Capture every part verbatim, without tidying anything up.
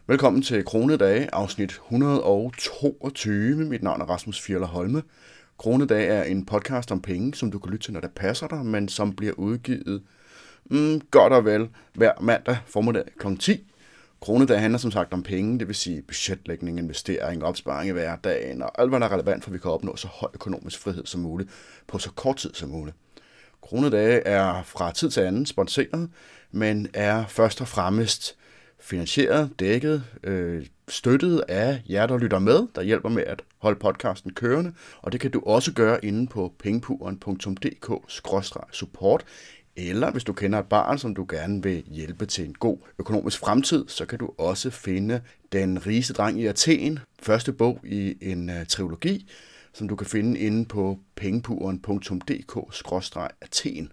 Velkommen til Kronedage, afsnit et hundrede og toogtyve. Mit navn er Rasmus Fjeller Holme. Kronedage er en podcast om penge, som du kan lytte til, når det passer dig, men som bliver udgivet mm, godt og vel hver mandag formiddag klokken ti. Kronedage handler som sagt om penge, det vil sige budgetlægning, investering, opsparing i hverdagen og alt, hvad der er relevant, for at vi kan opnå så høj økonomisk frihed som muligt på så kort tid som muligt. Kronedage er fra tid til anden sponsoreret, men er først og fremmest finansieret, dækket, øh, støttet af jer, der lytter med, der hjælper med at holde podcasten kørende. Og det kan du også gøre inde på pengepuren punktum d k skråstreg support. Eller hvis du kender et barn, som du gerne vil hjælpe til en god økonomisk fremtid, så kan du også finde Den rigeste dreng i Athen, første bog i en uh, trilogi, som du kan finde inde på pengepuren punktum d k skråstreg athen.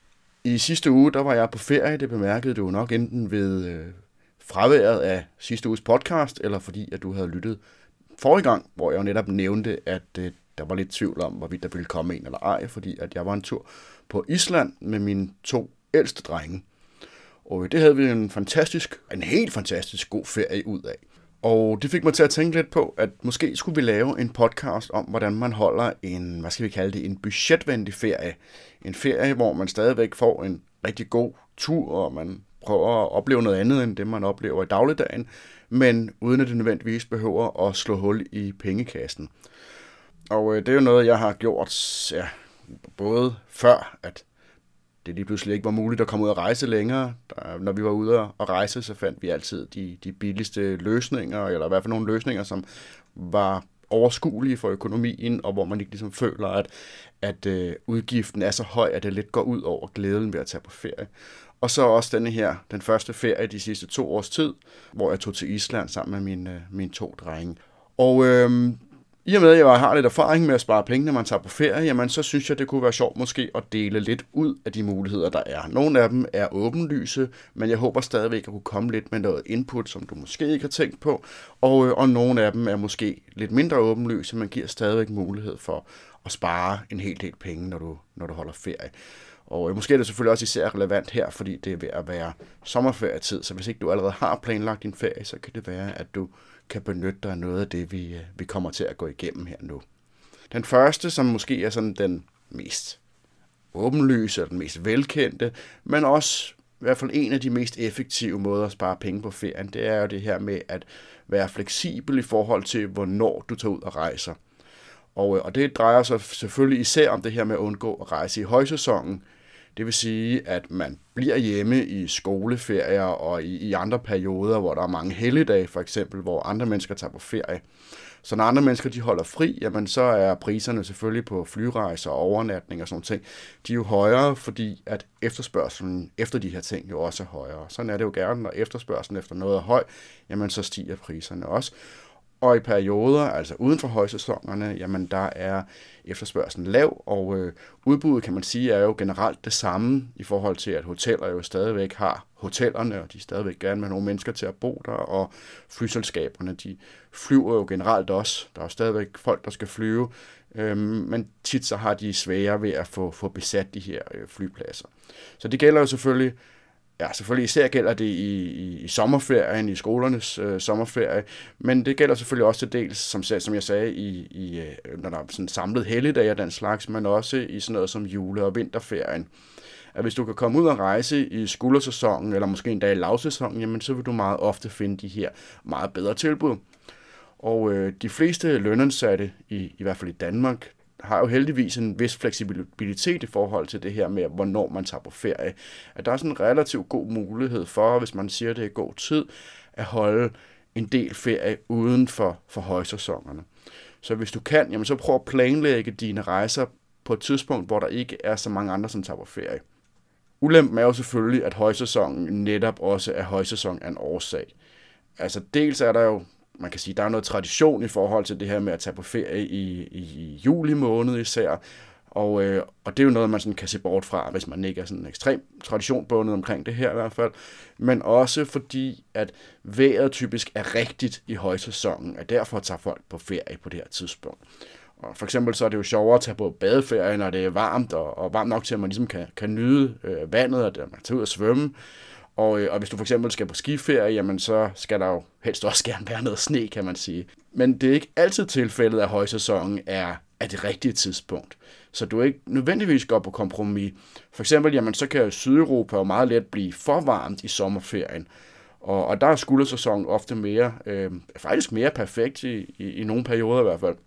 I sidste uge, der var jeg på ferie, det bemærkede du nok enten ved øh, fraværet af sidste uges podcast, eller fordi at du havde lyttet forrige gang, hvor jeg jo netop nævnte, at øh, der var lidt tvivl om, hvorvidt der ville komme en eller ej, fordi at jeg var en tur på Island med mine to ældste drenge. Og det havde vi en fantastisk, en helt fantastisk god ferie ud af. Og det fik mig til at tænke lidt på, at måske skulle vi lave en podcast om, hvordan man holder en, hvad skal vi kalde det, en budgetvenlig ferie. En ferie, hvor man stadigvæk får en rigtig god tur, og man prøver at opleve noget andet, end det man oplever i dagligdagen, men uden at det nødvendigvis behøver at slå hul i pengekassen. Og det er jo noget, jeg har gjort, ja, både før, at det lige pludselig ikke var muligt at komme ud og rejse længere. Der, når vi var ude og rejse, så fandt vi altid de, de billigste løsninger, eller i hvert fald nogle løsninger, som var overskuelige for økonomien, og hvor man ikke ligesom føler, at, at øh, udgiften er så høj, at det lidt går ud over glæden ved at tage på ferie. Og så også denne her, den første ferie de sidste to års tid, hvor jeg tog til Island sammen med mine, mine to drenge. Og øh, i og med, at jeg har lidt erfaring med at spare penge, når man tager på ferie, jamen så synes jeg, det kunne være sjovt måske at dele lidt ud af de muligheder, der er. Nogle af dem er åbenlyse, men jeg håber stadigvæk at kunne komme lidt med noget input, som du måske ikke har tænkt på. Og, og nogle af dem er måske lidt mindre åbenlyse, men giver stadigvæk mulighed for at spare en hel del penge, når du, når du holder ferie. Og måske er det selvfølgelig også især relevant her, fordi det er ved at være sommerferietid, så hvis ikke du allerede har planlagt din ferie, så kan det være, at du kan benytte dig af noget af det, vi, vi kommer til at gå igennem her nu. Den første, som måske er sådan den mest åbenlyse og den mest velkendte, men også i hvert fald en af de mest effektive måder at spare penge på ferien, det er jo det her med at være fleksibel i forhold til, hvornår du tager ud og rejser. Og, og det drejer sig selvfølgelig især om det her med at undgå at rejse i højsæsonen. Det vil sige, at man bliver hjemme i skoleferier og i, i andre perioder, hvor der er mange helligdage, for eksempel, hvor andre mennesker tager på ferie. Så når andre mennesker de holder fri, jamen så er priserne selvfølgelig på flyrejser og overnatning og sådan ting, de er jo højere, fordi at efterspørgselen efter de her ting jo også er højere. Sådan er det jo gerne, når efterspørgselen efter noget er høj, jamen så stiger priserne også. Og i perioder, altså uden for højsæsonerne, jamen der er efterspørgselen lav, og øh, udbuddet kan man sige er jo generelt det samme i forhold til, at hoteller jo stadigvæk har hotellerne, og de stadigvæk gerne med nogle mennesker til at bo der, og flyselskaberne, de flyver jo generelt også. Der er jo stadigvæk folk, der skal flyve, øh, men tit så har de svære ved at få, få besat de her øh, flypladser. Så det gælder jo selvfølgelig. Ja, selvfølgelig især gælder det i, i, i sommerferien, i skolernes øh, sommerferie, men det gælder selvfølgelig også til dels, som, som jeg sagde, i, i, når der er sådan samlet helligdage og den slags, men også i sådan noget som jule- og vinterferien. At hvis du kan komme ud og rejse i skuldersæsonen, eller måske endda i lavsæsonen, jamen så vil du meget ofte finde de her meget bedre tilbud. Og øh, de fleste lønansatte, i, i hvert fald i Danmark, har jo heldigvis en vis fleksibilitet i forhold til det her med, hvornår man tager på ferie. At der er sådan en relativt god mulighed for, hvis man siger, at det er god tid, at holde en del ferie uden for, for højsæsonerne. Så hvis du kan, jamen så prøv at planlægge dine rejser på et tidspunkt, hvor der ikke er så mange andre, som tager på ferie. Ulempen er jo selvfølgelig, at højsæsonen netop også er højsæson af en årsag. Altså dels er der jo, man kan sige, der er noget tradition i forhold til det her med at tage på ferie i, i, i juli måned især, og, øh, og det er jo noget, man sådan kan se bort fra, hvis man ikke er sådan en ekstrem traditionbundet omkring det her i hvert fald, men også fordi, at vejret typisk er rigtigt i højsæsonen, og derfor tager folk på ferie på det her tidspunkt. Og for eksempel så er det jo sjovere at tage på badeferie, når det er varmt, og, og varmt nok til, at man ligesom kan, kan nyde øh, vandet, og at man tager ud og svømme. Og, og hvis du for eksempel skal på skiferie, jamen så skal der jo helst også gerne være noget sne, kan man sige. Men det er ikke altid tilfældet, at højsæsonen er, er det rigtige tidspunkt. Så du ikke nødvendigvis går på kompromis. For eksempel, jamen så kan Sydeuropa jo meget let blive for varmt i sommerferien. Og, og der er skuldersæsonen ofte mere, øh, faktisk mere perfekt i, i, i nogle perioder i hvert fald.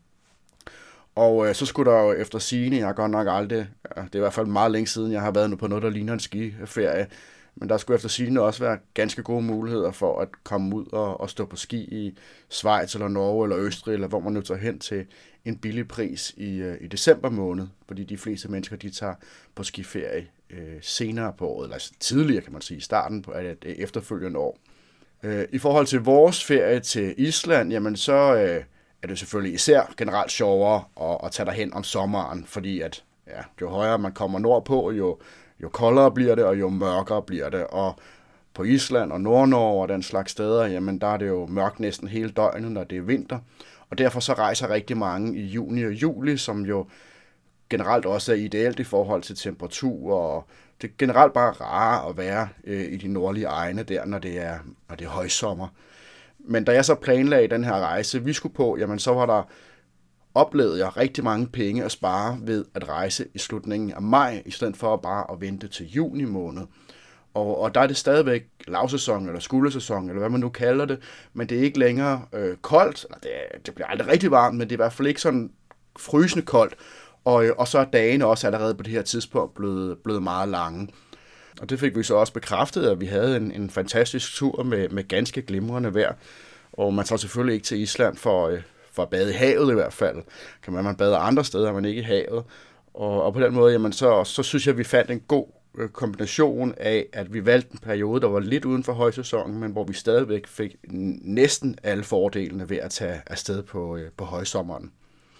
Og øh, så skulle der jo efter sigende, jeg har godt nok aldrig, ja, det er i hvert fald meget længe siden, jeg har været på noget, der ligner en skiferie, men der skulle efter sigende også være ganske gode muligheder for at komme ud og, og stå på ski i Schweiz eller Norge eller Østrig, eller hvor man nu tager hen til en billig pris i, øh, i december måned, fordi de fleste mennesker, de tager på skiferie øh, senere på året, eller tidligere kan man sige, i starten på et efterfølgende år. Øh, I forhold til vores ferie til Island, jamen så øh, er det selvfølgelig især generelt sjovere at, at tage derhen om sommeren, fordi at ja, jo højere man kommer nordpå, jo, jo koldere bliver det, og jo mørkere bliver det. Og på Island og Nordnorge og den slags steder, jamen der er det jo mørkt næsten hele døgnet, når det er vinter. Og derfor så rejser rigtig mange i juni og juli, som jo generelt også er ideelt i forhold til temperatur, og det er generelt bare rart at være øh, i de nordlige egne der, når det er, når det er højsommer. Men da jeg så planlagde den her rejse, vi skulle på, jamen så var der, oplevede jeg rigtig mange penge at spare ved at rejse i slutningen af maj, i stedet for bare at vente til juni måned. Og, og der er det stadigvæk lavsæson eller skuldersæson, eller hvad man nu kalder det, men det er ikke længere øh, koldt, eller det, er, det bliver aldrig rigtig varmt, men det er i hvert fald ikke sådan frysende koldt, og, og så er dagene også allerede på det her tidspunkt blevet, blevet meget lange. Og det fik vi så også bekræftet, at vi havde en, en fantastisk tur med, med ganske glimrende vejr. Og man tager selvfølgelig ikke til Island for, for at bade i havet i hvert fald. Kan man, man bade andre steder, men ikke i havet. Og, og på den måde, jamen så, så synes jeg, at vi fandt en god kombination af, at vi valgte en periode, der var lidt uden for højsæsonen, men hvor vi stadigvæk fik næsten alle fordelene ved at tage afsted på, på højsommeren.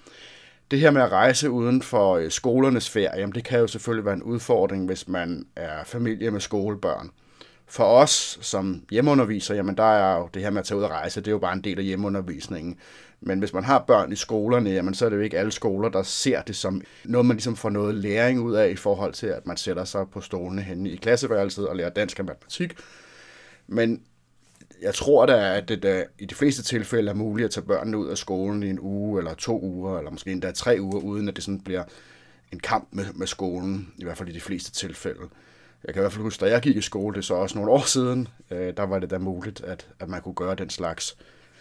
Det her med at rejse uden for skolernes ferie, jamen det kan jo selvfølgelig være en udfordring, hvis man er familie med skolebørn. For os som hjemmeunderviser, jamen der er jo det her med at tage ud og rejse, det er jo bare en del af hjemmeundervisningen. Men hvis man har børn i skolerne, jamen så er det jo ikke alle skoler, der ser det som noget, man ligesom får noget læring ud af i forhold til, at man sætter sig på stolene henne i klasseværelset og lærer dansk og matematik. Men jeg tror da, at det da, i de fleste tilfælde er muligt at tage børnene ud af skolen i en uge eller to uger, eller måske endda tre uger, uden at det sådan bliver en kamp med, med skolen, i hvert fald i de fleste tilfælde. Jeg kan i hvert fald huske, da jeg gik i skole, det er så også nogle år siden, øh, der var det da muligt, at, at man kunne gøre den slags.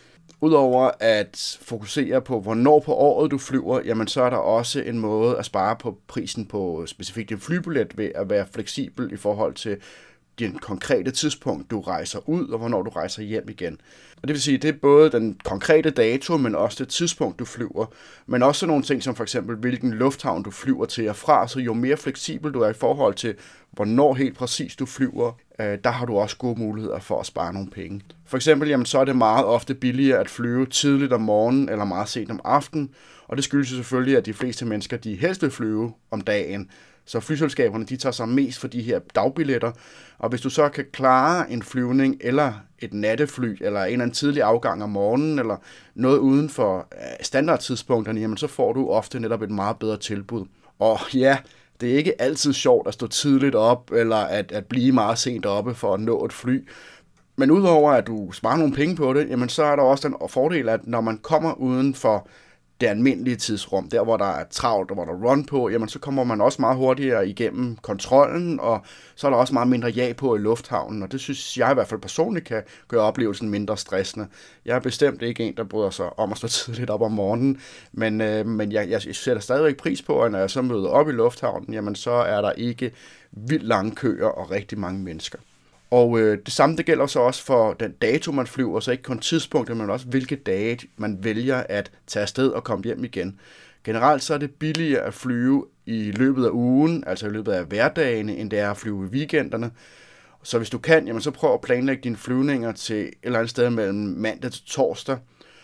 Udover at fokusere på, hvornår på året du flyver, jamen så er der også en måde at spare på prisen på specifikt en flybillet ved at være fleksibel i forhold til din konkrete tidspunkt, du rejser ud, og hvornår du rejser hjem igen. Og det vil sige, det er både den konkrete dato, men også det tidspunkt, du flyver, men også nogle ting som for eksempel, hvilken lufthavn du flyver til og fra, så jo mere fleksibel du er i forhold til, hvornår helt præcis du flyver, øh, der har du også gode muligheder for at spare nogle penge. For eksempel, jamen, så er det meget ofte billigere at flyve tidligt om morgenen eller meget sent om aftenen, og det skyldes selvfølgelig, at de fleste mennesker, de helst vil flyve om dagen. Så flyselskaberne, de tager sig mest for de her dagbilletter, og hvis du så kan klare en flyvning eller et nattefly, eller en eller anden tidlig afgang om morgenen, eller noget uden for standardtidspunkterne, jamen så får du ofte netop et meget bedre tilbud. Og ja, det er ikke altid sjovt at stå tidligt op, eller at, at blive meget sent oppe for at nå et fly. Men udover at du sparer nogle penge på det, jamen så er der også den fordel, at når man kommer uden for det almindelige tidsrum, der hvor der er travlt og hvor der er run på, jamen så kommer man også meget hurtigere igennem kontrollen, og så er der også meget mindre jag på i lufthavnen, og det synes jeg i hvert fald personligt kan gøre oplevelsen mindre stressende. Jeg er bestemt ikke en, der bryder sig om at stå tidligt op om morgenen, men, øh, men jeg, jeg sætter stadigvæk pris på, at når jeg så møder op i lufthavnen, jamen så er der ikke vildt lange køer og rigtig mange mennesker. Og øh, det samme det gælder så også for den dato, man flyver, så ikke kun tidspunktet, men også hvilke dage man vælger at tage afsted og komme hjem igen. Generelt så er det billigere at flyve i løbet af ugen, altså i løbet af hverdagene, end det er at flyve i weekenderne. Så hvis du kan, jamen så prøv at planlægge dine flyvninger til et eller andet sted mellem mandag til torsdag.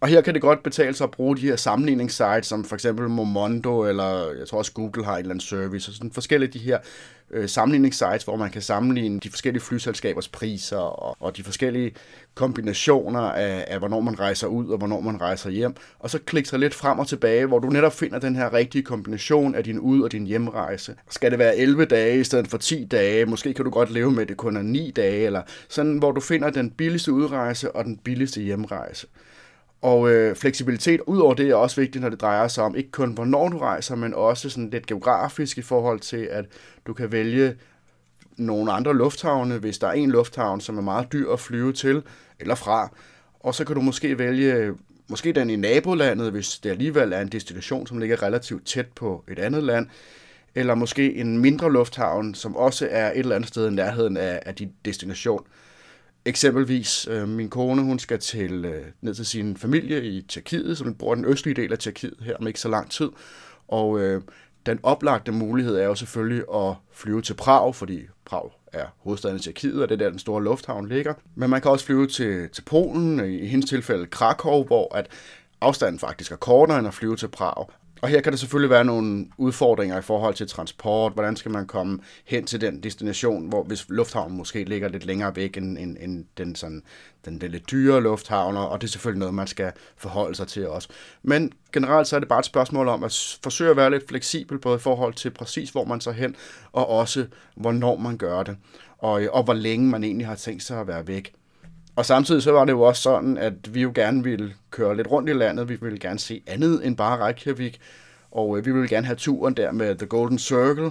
Og her kan det godt betale sig at bruge de her sammenligningssites, som for eksempel Momondo, eller jeg tror også Google har en eller anden service, og sådan forskellige de her øh, sammenligningssites, hvor man kan sammenligne de forskellige flyselskabers priser, og, og de forskellige kombinationer af, af, hvornår man rejser ud, og hvornår man rejser hjem, og så klikke sig lidt frem og tilbage, hvor du netop finder den her rigtige kombination af din ud- og din hjemrejse. Skal det være elleve dage i stedet for ti dage? Måske kan du godt leve med, at det kun er ni dage, eller sådan, hvor du finder den billigste udrejse og den billigste hjemrejse. Og øh, fleksibilitet ud over det er også vigtigt, når det drejer sig om ikke kun hvornår du rejser, men også sådan lidt geografisk i forhold til, at du kan vælge nogle andre lufthavne, hvis der er en lufthavn, som er meget dyr at flyve til eller fra. Og så kan du måske vælge måske den i nabolandet, hvis det alligevel er en destination, som ligger relativt tæt på et andet land. Eller måske en mindre lufthavn, som også er et eller andet sted i nærheden af, af din destination. Eksempelvis, øh, min kone, hun skal til, øh, ned til sin familie i Tjekkiet, så den bor den østlige del af Tjekkiet her om ikke så lang tid. Og øh, den oplagte mulighed er jo selvfølgelig at flyve til Prag, fordi Prag er hovedstaden i Tjekkiet, og det er der den store lufthavn ligger. Men man kan også flyve til, til Polen, i hendes tilfælde Krakow, hvor at afstanden faktisk er kortere end at flyve til Prag. Og her kan der selvfølgelig være nogle udfordringer i forhold til transport. Hvordan skal man komme hen til den destination, hvor hvis lufthavnen måske ligger lidt længere væk end, end, end den, sådan, den, den lidt dyre lufthavn, og det er selvfølgelig noget, man skal forholde sig til også. Men generelt så er det bare et spørgsmål om at forsøge at være lidt fleksibel, både i forhold til præcis, hvor man så hen, og også hvornår man gør det, og, og hvor længe man egentlig har tænkt sig at være væk. Og samtidig så var det jo også sådan, at vi jo gerne ville køre lidt rundt i landet. Vi ville gerne se andet end bare Reykjavik. Og vi ville gerne have turen der med The Golden Circle.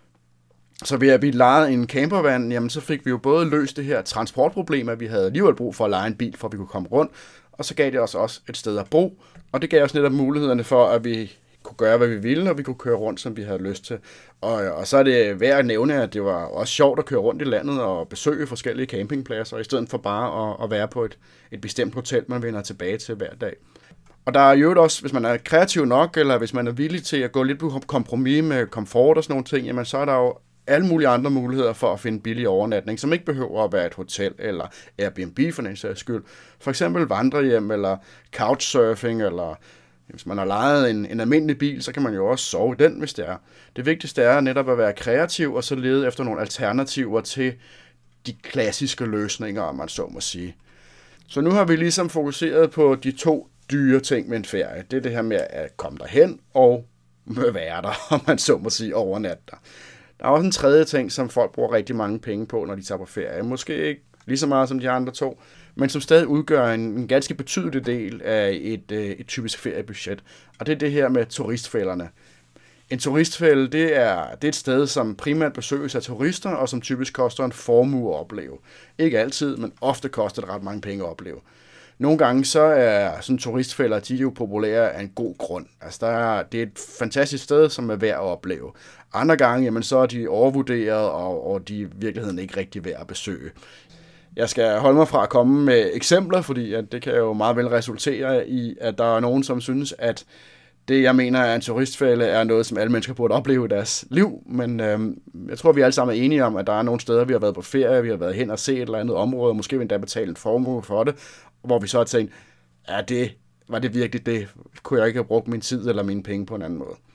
Så ved at vi lejede en campervan, jamen så fik vi jo både løst det her transportproblem, at vi havde alligevel brug for at leje en bil, for at vi kunne komme rundt. Og så gav det os også et sted at bo. Og det gav os netop mulighederne for, at vi kunne gøre, hvad vi ville, og vi kunne køre rundt, som vi havde lyst til. Og, og så er det værd at nævne, at det var også sjovt at køre rundt i landet og besøge forskellige campingpladser, i stedet for bare at, at være på et, et bestemt hotel, man vender tilbage til hver dag. Og der er jo også, hvis man er kreativ nok, eller hvis man er villig til at gå lidt på kompromis med komfort og sådan nogle ting, jamen så er der jo alle mulige andre muligheder for at finde billig overnatning, som ikke behøver at være et hotel eller Airbnb for den sags skyld. For eksempel vandrehjem, eller couchsurfing, eller hvis man har lejet en, en almindelig bil, så kan man jo også sove i den, hvis det er. Det vigtigste er netop at være kreativ, og så lede efter nogle alternativer til de klassiske løsninger, om man så må sige. Så nu har vi ligesom fokuseret på de to dyre ting med en ferie. Det er det her med at komme derhen og være der, om man så må sige, overnatte der. Der er også en tredje ting, som folk bruger rigtig mange penge på, når de tager på ferie. Måske ikke lige så meget som de andre to, men som stadig udgør en, en ganske betydelig del af et, øh, et typisk feriebudget. Og det er det her med turistfælderne. En turistfælde, det er, det er et sted, som primært besøges af turister, og som typisk koster en formue at opleve. Ikke altid, men ofte koster det ret mange penge at opleve. Nogle gange så er sådan turistfælder, de er jo populære af en god grund. Altså der er, det er et fantastisk sted, som er værd at opleve. Andre gange, jamen så er de overvurderet, og, og de er i virkeligheden ikke rigtig værd at besøge. Jeg skal holde mig fra at komme med eksempler, fordi at det kan jo meget vel resultere i, at der er nogen, som synes, at det, jeg mener, er en turistfælde, er noget, som alle mennesker burde opleve i deres liv. Men øhm, jeg tror, vi alle sammen er enige om, at der er nogle steder, vi har været på ferie, vi har været hen og set et eller andet område, og måske vi endda betale en formue for det, hvor vi så har tænkt, er det, var det virkelig det? Kunne jeg ikke have brugt min tid eller mine penge på en anden måde?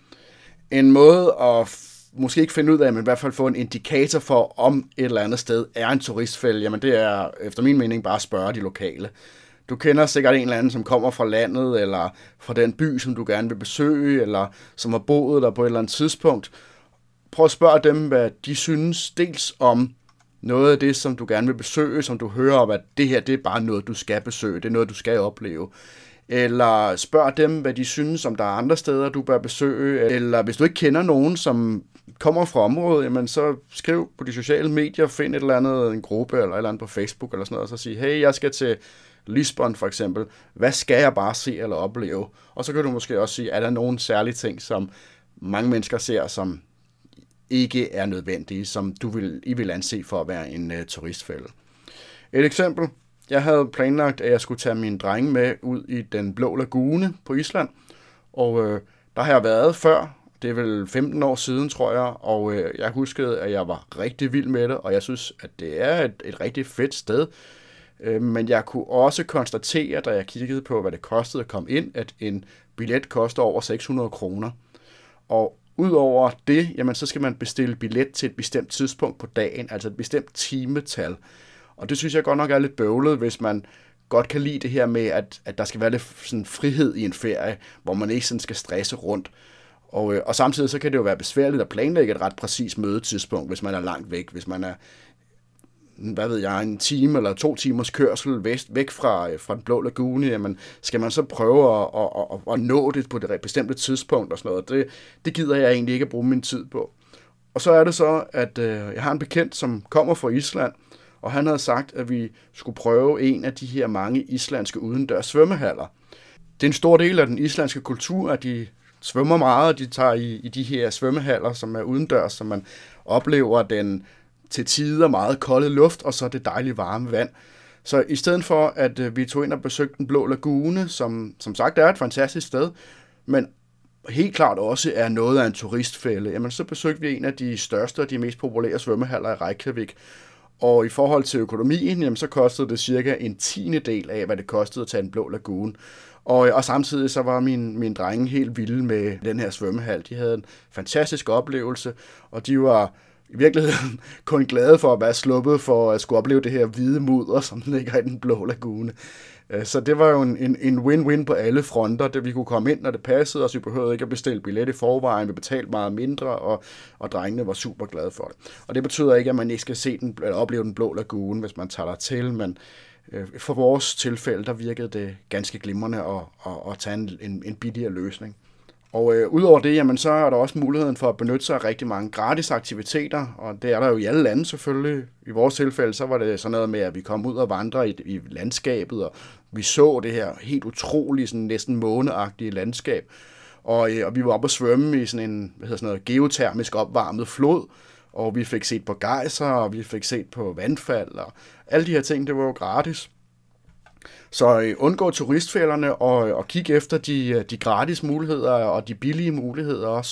En måde at f- måske ikke finde ud af, men i hvert fald få en indikator for, om et eller andet sted er en turistfælde, jamen det er efter min mening bare at spørge de lokale. Du kender sikkert en eller anden, som kommer fra landet, eller fra den by, som du gerne vil besøge, eller som har boet der på et eller andet tidspunkt. Prøv at spørge dem, hvad de synes, dels om noget af det, som du gerne vil besøge, som du hører om, at det her, det er bare noget, du skal besøge, det er noget, du skal opleve. Eller spørg dem, hvad de synes, om der er andre steder, du bør besøge. Eller hvis du ikke kender nogen, som kommer fra området, jamen så skriv på de sociale medier, find et eller andet, en gruppe eller et eller andet på Facebook eller sådan noget, og så sig, hey, jeg skal til Lisbon for eksempel. Hvad skal jeg bare se eller opleve? Og så kan du måske også sige, er der nogle særlige ting, som mange mennesker ser, som ikke er nødvendige, som du vil, I vil anse for at være en uh, turistfælde. Et eksempel. Jeg havde planlagt, at jeg skulle tage mine drenge med ud i den blå lagune på Island. Og øh, der har jeg været før. Det er vel femten år siden, tror jeg. Og øh, jeg huskede, at jeg var rigtig vild med det. Og jeg synes, at det er et, et rigtig fedt sted. Men jeg kunne også konstatere, da jeg kiggede på, hvad det kostede at komme ind, at en billet koster over seks hundrede kroner. Og udover det, jamen, så skal man bestille billet til et bestemt tidspunkt på dagen, altså et bestemt timetal. Og det synes jeg godt nok er lidt bøvlet, hvis man godt kan lide det her med, at, at der skal være lidt sådan frihed i en ferie, hvor man ikke sådan skal stresse rundt. Og, og samtidig så kan det jo være besværligt at planlægge et ret præcist mødetidspunkt, hvis man er langt væk, hvis man er hvad ved jeg, en time eller to timers kørsel vest, væk fra, fra den blå lagune, jamen, skal man så prøve at, at, at, at nå det på det bestemte tidspunkt og sådan noget. Det, det gider jeg egentlig ikke at bruge min tid på. Og så er det så, at øh, jeg har en bekendt, som kommer fra Island, og han havde sagt, at vi skulle prøve en af de her mange islandske udendørs svømmehaller. Det er en stor del af den islandske kultur, at de svømmer meget, og de tager i, i de her svømmehaller, som er udendørs, så man oplever den til tider meget kolde luft, og så det dejlige varme vand. Så i stedet for, at vi tog ind og besøgte den blå lagune, som som sagt er et fantastisk sted, men helt klart også er noget af en turistfælde, jamen så besøgte vi en af de største og de mest populære svømmehaller i Reykjavik. Og i forhold til økonomien, jamen så kostede det cirka en tiende del af, hvad det kostede at tage en blå lagune. Og, og samtidig så var min, min drenge helt vilde med den her svømmehal. De havde en fantastisk oplevelse, og de var i virkeligheden kun glade for at være sluppet for at skulle opleve det her hvide mudder, som ligger i den blå lagune. Så det var jo en, en win-win på alle fronter, det vi kunne komme ind, når det passede, og så vi behøvede ikke at bestille billet i forvejen, vi betalte meget mindre, og, og drengene var super glade for det. Og det betyder ikke, at man ikke skal se den, eller opleve den blå lagune, hvis man tager der til, men for vores tilfælde, der virkede det ganske glimrende at, at, at tage en, en, en billigere løsning. Og øh, udover det, jamen, så er der også muligheden for at benytte sig af rigtig mange gratis aktiviteter, og det er der jo i alle lande selvfølgelig. I vores tilfælde, så var det sådan noget med, at vi kom ud og vandre i, i landskabet, og vi så det her helt utrolige, sådan næsten måneagtige landskab. Og, øh, og vi var oppe og svømme i sådan en hvad hedder sådan noget, geotermisk opvarmet flod, og vi fik set på gejser, og vi fik set på vandfald, og alle de her ting, det var jo gratis. Så øh, undgå turistfælderne og, og kig efter de, de gratis muligheder og de billige muligheder også.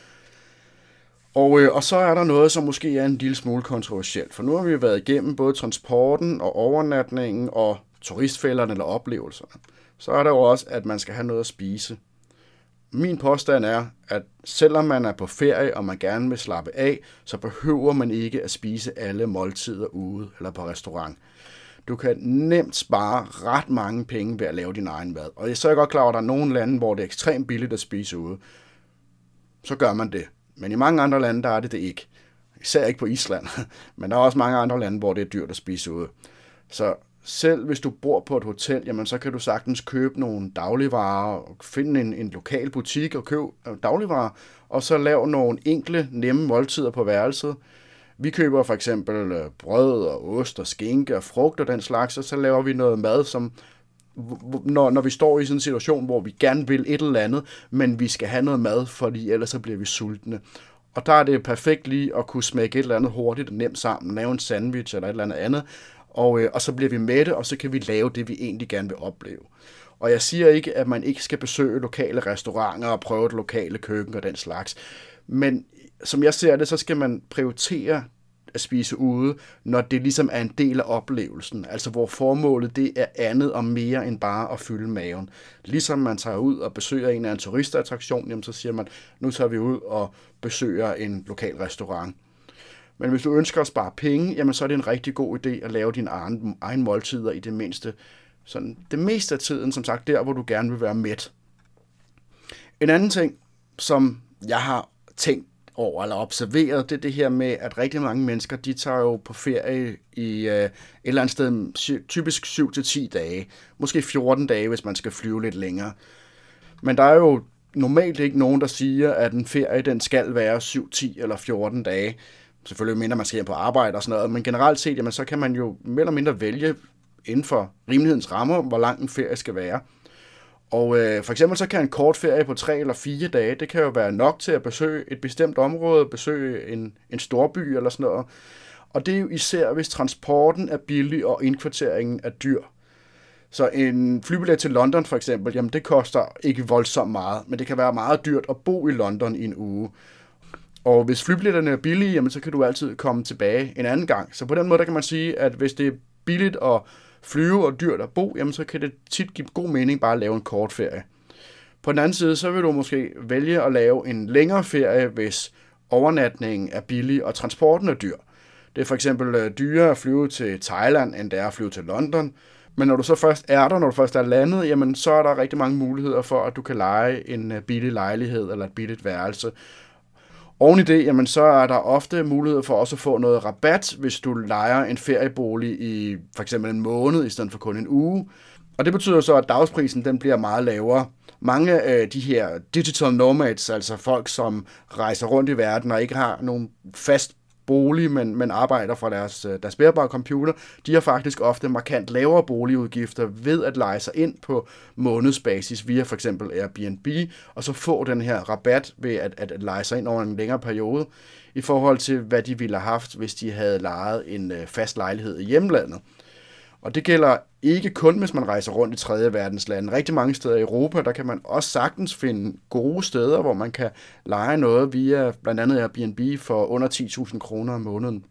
Og, øh, og så er der noget, som måske er en lille smule kontroversielt, for nu har vi været igennem både transporten og overnatningen og turistfælderne eller oplevelserne. Så er der jo også, at man skal have noget at spise. Min påstand er, at selvom man er på ferie, og man gerne vil slappe af, så behøver man ikke at spise alle måltider ude eller på restaurant. Du kan nemt spare ret mange penge ved at lave din egen mad. Og så er jeg godt klar over, at der er nogle lande, hvor det er ekstremt billigt at spise ude. Så gør man det. Men i mange andre lande, der er det det ikke. Især ikke på Island. Men der er også mange andre lande, hvor det er dyrt at spise ude. Så selv hvis du bor på et hotel, jamen så kan du sagtens købe nogle dagligvarer, og finde en, en lokal butik og købe dagligvarer, og så lave nogle enkle, nemme måltider på værelset. Vi køber for eksempel brød og ost og skinke og frugt og den slags, og så laver vi noget mad, som når, når vi står i sådan en situation, hvor vi gerne vil et eller andet, men vi skal have noget mad, fordi ellers så bliver vi sultne. Og der er det perfekt lige at kunne smække et eller andet hurtigt og nemt sammen, lave en sandwich eller et eller andet andet, og, og så bliver vi mætte, og så kan vi lave det, vi egentlig gerne vil opleve. Og jeg siger ikke, at man ikke skal besøge lokale restauranter og prøve det lokale køkken og den slags, men som jeg ser det, så skal man prioritere at spise ude, når det ligesom er en del af oplevelsen. Altså hvor formålet det er andet og mere end bare at fylde maven. Ligesom man tager ud og besøger en af en turistattraktion, jamen så siger man, nu tager vi ud og besøger en lokal restaurant. Men hvis du ønsker at spare penge, jamen så er det en rigtig god idé at lave dine egen, egen måltider i det mindste. Sådan, det meste af tiden, som sagt, der hvor du gerne vil være mæt. En anden ting, som jeg har tænkt over eller observeret, det er det her med, at rigtig mange mennesker, de tager jo på ferie i øh, et eller andet sted, typisk syv til ti dage, måske fjorten dage, hvis man skal flyve lidt længere. Men der er jo normalt ikke nogen, der siger, at en ferie, den skal være syv, ti eller fjorten dage. Selvfølgelig mindre man skal hjem på arbejde og sådan noget, men generelt set, jamen, så kan man jo mere eller mindre vælge inden for rimelighedens rammer, hvor lang en ferie skal være. Og øh, for eksempel så kan en kort ferie på tre eller fire dage, det kan jo være nok til at besøge et bestemt område, besøge en, en storby eller sådan noget. Og det er jo især, hvis transporten er billig og indkvarteringen er dyr. Så en flybillet til London for eksempel, jamen det koster ikke voldsomt meget, men det kan være meget dyrt at bo i London i en uge. Og hvis flybilletterne er billige, jamen så kan du altid komme tilbage en anden gang. Så på den måde der kan man sige, at hvis det er billigt at flyve og dyrt at bo, jamen så kan det tit give god mening bare at lave en kort ferie. På den anden side, så vil du måske vælge at lave en længere ferie, hvis overnatningen er billig og transporten er dyr. Det er for eksempel dyrere at flyve til Thailand, end det er at flyve til London. Men når du så først er der, når du først er landet, jamen så er der rigtig mange muligheder for, at du kan leje en billig lejlighed eller et billigt værelse. Oven i det, jamen så er der ofte mulighed for også at få noget rabat, hvis du lejer en feriebolig i for eksempel en måned, i stedet for kun en uge. Og det betyder så, at dagsprisen den bliver meget lavere. Mange af de her digital nomads, altså folk, som rejser rundt i verden og ikke har nogen fast bolig, men, men arbejder fra deres, deres bærbare computer, de har faktisk ofte markant lavere boligudgifter ved at leje sig ind på månedsbasis via for eksempel Airbnb, og så få den her rabat ved at, at, at leje sig ind over en længere periode, i forhold til hvad de ville have haft, hvis de havde lejet en fast lejlighed i hjemlandet. Og det gælder ikke kun, hvis man rejser rundt i tredje verdens lande. Rigtig mange steder i Europa, der kan man også sagtens finde gode steder, hvor man kan leje noget via blandt andet Airbnb for under ti tusind kroner om måneden.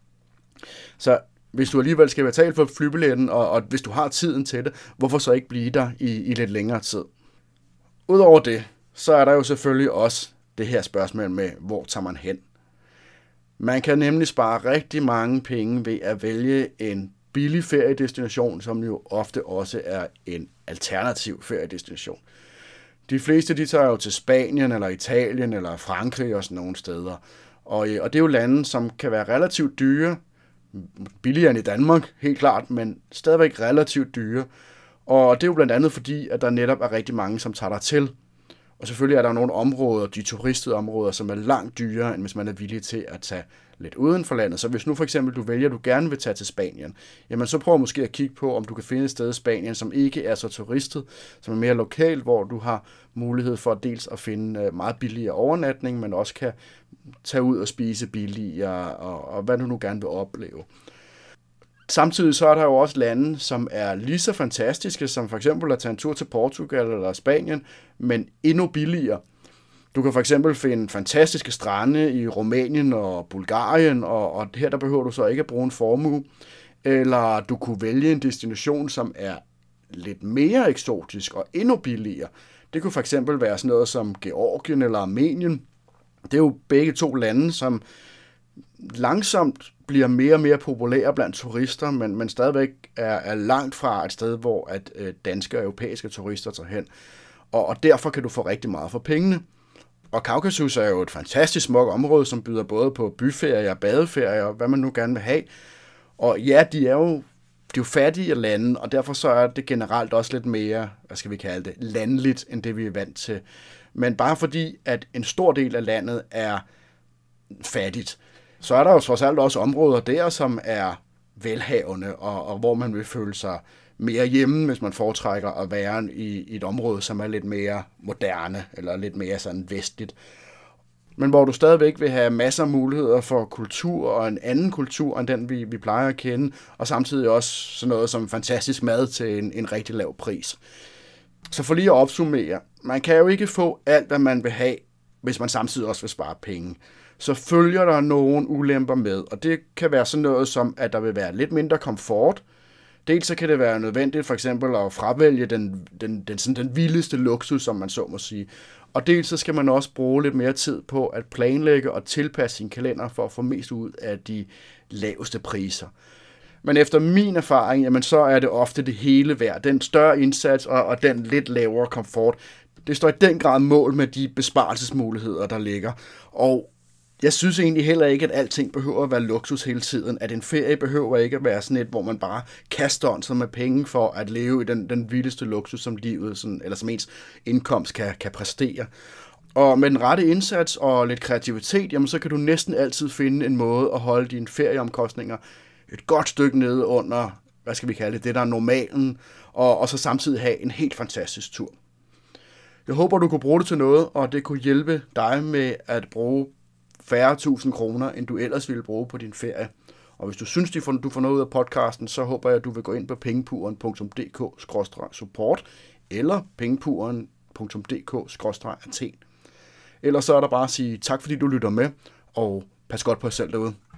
Så hvis du alligevel skal betale for flybilletten, og, og hvis du har tiden til det, hvorfor så ikke blive der i, i lidt længere tid? Udover det, så er der jo selvfølgelig også det her spørgsmål med, hvor tager man hen? Man kan nemlig spare rigtig mange penge ved at vælge en billig feriedestination, som jo ofte også er en alternativ feriedestination. De fleste, de tager jo til Spanien, eller Italien, eller Frankrig og sådan nogle steder. Og, og det er jo lande, som kan være relativt dyre, billigere end i Danmark, helt klart, men stadigvæk relativt dyre. Og det er jo blandt andet fordi, at der netop er rigtig mange, som tager der til. Og selvfølgelig er der nogle områder, de turistede områder, som er langt dyrere, end hvis man er villig til at tage lidt uden for landet. Så hvis nu for eksempel du vælger, at du gerne vil tage til Spanien, jamen så prøv måske at kigge på, om du kan finde et sted i Spanien, som ikke er så turistet, som er mere lokalt, hvor du har mulighed for dels at finde meget billigere overnatning, men også kan tage ud og spise billigere, og, og hvad du nu gerne vil opleve. Samtidig så er der jo også lande, som er lige så fantastiske, som for eksempel at tage en tur til Portugal eller Spanien, men endnu billigere. Du kan for eksempel finde fantastiske strande i Rumænien og Bulgarien, og, og her der behøver du så ikke at bruge en formue. Eller du kunne vælge en destination, som er lidt mere eksotisk og endnu billigere. Det kunne for eksempel være sådan noget som Georgien eller Armenien. Det er jo begge to lande, som langsomt bliver mere og mere populære blandt turister, men, men stadigvæk er, er langt fra et sted, hvor at, øh, danske og europæiske turister tager hen. Og, og derfor kan du få rigtig meget for pengene. Og Kaukasus er jo et fantastisk smukt område, som byder både på byferier, badeferier og hvad man nu gerne vil have. Og ja, de er jo, de er jo fattige lande, og derfor så er det generelt også lidt mere, hvad skal vi kalde det, landligt, end det vi er vant til. Men bare fordi, at en stor del af landet er fattigt, så er der jo trods alt også områder der, som er velhavende, og, og hvor man vil føle sig mere hjemme, hvis man foretrækker at være i, i et område, som er lidt mere moderne, eller lidt mere sådan vestligt. Men hvor du stadigvæk vil have masser af muligheder for kultur, og en anden kultur, end den vi, vi plejer at kende, og samtidig også sådan noget som fantastisk mad til en, en rigtig lav pris. Så for lige at opsummere, man kan jo ikke få alt, hvad man vil have, hvis man samtidig også vil spare penge. Så følger der nogle ulemper med, og det kan være sådan noget som, at der vil være lidt mindre komfort. Dels så kan det være nødvendigt for eksempel at fravælge den, den, den, sådan den vildeste luksus, som man så må sige. Og dels så skal man også bruge lidt mere tid på at planlægge og tilpasse sin kalender for at få mest ud af de laveste priser. Men efter min erfaring, jamen så er det ofte det hele værd. Den større indsats og, og den lidt lavere komfort, det står i den grad mål med de besparelsesmuligheder, der ligger. Og jeg synes egentlig heller ikke, at alting behøver at være luksus hele tiden. At en ferie behøver ikke at være sådan et, hvor man bare kaster sig med penge for at leve i den, den vildeste luksus, som livet, sådan, eller som ens indkomst kan, kan præstere. Og med den rette indsats og lidt kreativitet, jamen, så kan du næsten altid finde en måde at holde dine ferieomkostninger et godt stykke nede under, hvad skal vi kalde det, det der er normalen, og, og så samtidig have en helt fantastisk tur. Jeg håber, du kunne bruge det til noget, og det kunne hjælpe dig med at bruge færre tusind kroner, end du ellers ville bruge på din ferie. Og hvis du synes, du får noget ud af podcasten, så håber jeg, at du vil gå ind på pengepuren punktum d k skråstreg support eller pengepuren punktum d k skråstreg athen. Ellers så er der bare at sige tak, fordi du lytter med, og pas godt på jer selv derude.